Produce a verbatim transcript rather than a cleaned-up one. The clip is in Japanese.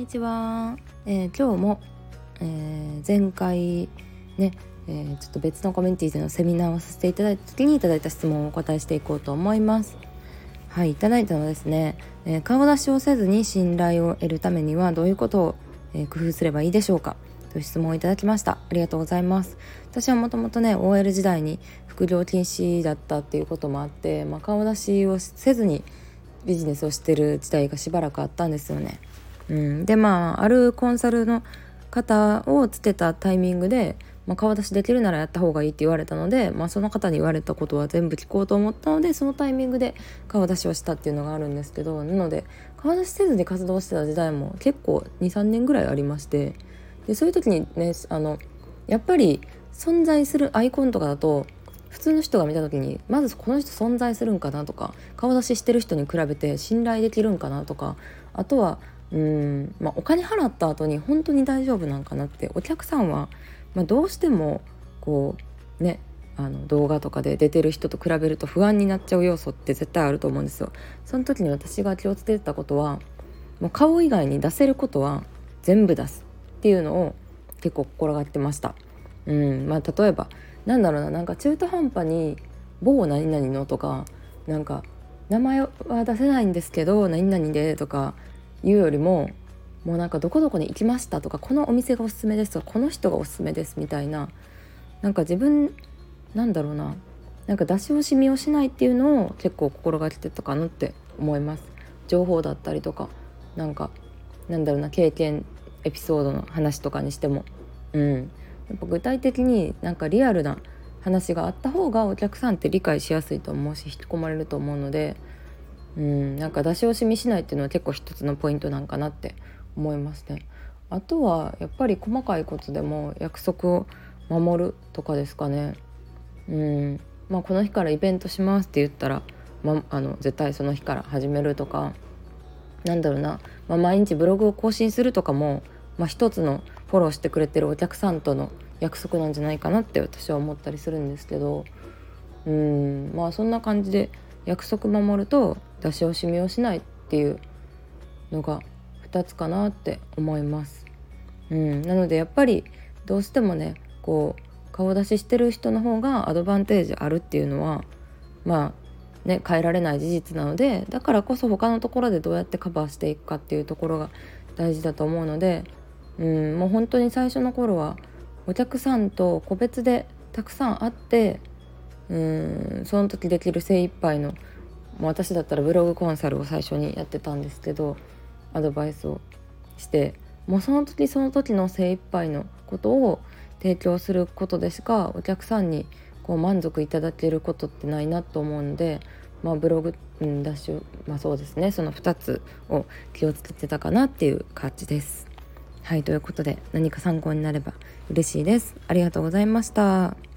にちは、えー、今日も、えー、前回ね、えー、ちょっと別のコミュニティでのセミナーをさせていただいた時にいただいた質問をお答えしていこうと思います。はい、いただいたのはですね、えー、顔出しをせずに信頼を得るためにはどういうことを、えー、工夫すればいいでしょうかという質問をいただきました。ありがとうございます。私はもともとね オーエル 時代に副業禁止だったっていうこともあって、まあ、顔出しをせずにビジネスをしてる時代がしばらくあったんですよね。うん、でまああるコンサルの方をつけたタイミングで、まあ、顔出しできるならやった方がいいって言われたので、まあ、その方に言われたことは全部聞こうと思ったので、そのタイミングで顔出しをしたっていうのがあるんですけど、なので顔出しせずに活動してた時代も結構 にさんねんぐらいありまして、でそういう時にねあのやっぱり存在するアイコンとかだと普通の人が見た時にまずこの人存在するんかなとか、顔出ししてる人に比べて信頼できるんかなとか、あとはうーん、まあ、お金払った後に本当に大丈夫なんかなって、お客さんは、まあ、どうしてもこうねあの動画とかで出てる人と比べると不安になっちゃう要素って絶対あると思うんですよ。その時に私が気をつけてたことは、もう顔以外に出せることは全部出すっていうのを結構心がけてました。うんまあ、例えばなんだろうな、なんか中途半端に某何々のとか、なんか名前は出せないんですけど何々でとかいうよりも、もうなんかどこどこに行きましたとか、このお店がおすすめですとか、この人がおすすめですみたいな、なんか自分なんだろうな、なんか出し惜しみをしないっていうのを結構心がけてたかなって思います。情報だったりとか、なんかなんだろうな、経験エピソードの話とかにしても、うんやっぱ具体的になんかリアルな話があった方がお客さんって理解しやすいと思うし、引き込まれると思うので、うんなんか出し惜しみしないっていうのは結構一つのポイントなんかなって思いますね。あとはやっぱり細かいことでも約束を守るとかですかね。うんまあ、この日からイベントしますって言ったら、ま、あの絶対その日から始めるとか、なんだろうな、まあ、毎日ブログを更新するとかも、まあ、一つのフォローしてくれてるお客さんとの約束なんじゃないかなって私は思ったりするんですけど、うーんまあそんな感じで約束守ると出し惜しみをしないっていうのがふたつかなって思います。うんなのでやっぱりどうしてもねこう顔出ししてる人の方がアドバンテージあるっていうのはまあね変えられない事実なので、だからこそ他のところでどうやってカバーしていくかっていうところが大事だと思うので、うんもう本当に最初の頃はお客さんと個別でたくさん会って、うんその時できる精一杯の、もう私だったらブログコンサルを最初にやってたんですけど、アドバイスをしてもうその時その時の精一杯のことを提供することでしかお客さんにこう満足いただけることってないなと思うので、まあ、ブログ、うん、ダッシュ、まあ、そうですね、そのふたつを気をつけてたかなっていう感じです。はい、ということで何か参考になれば嬉しいです。ありがとうございました。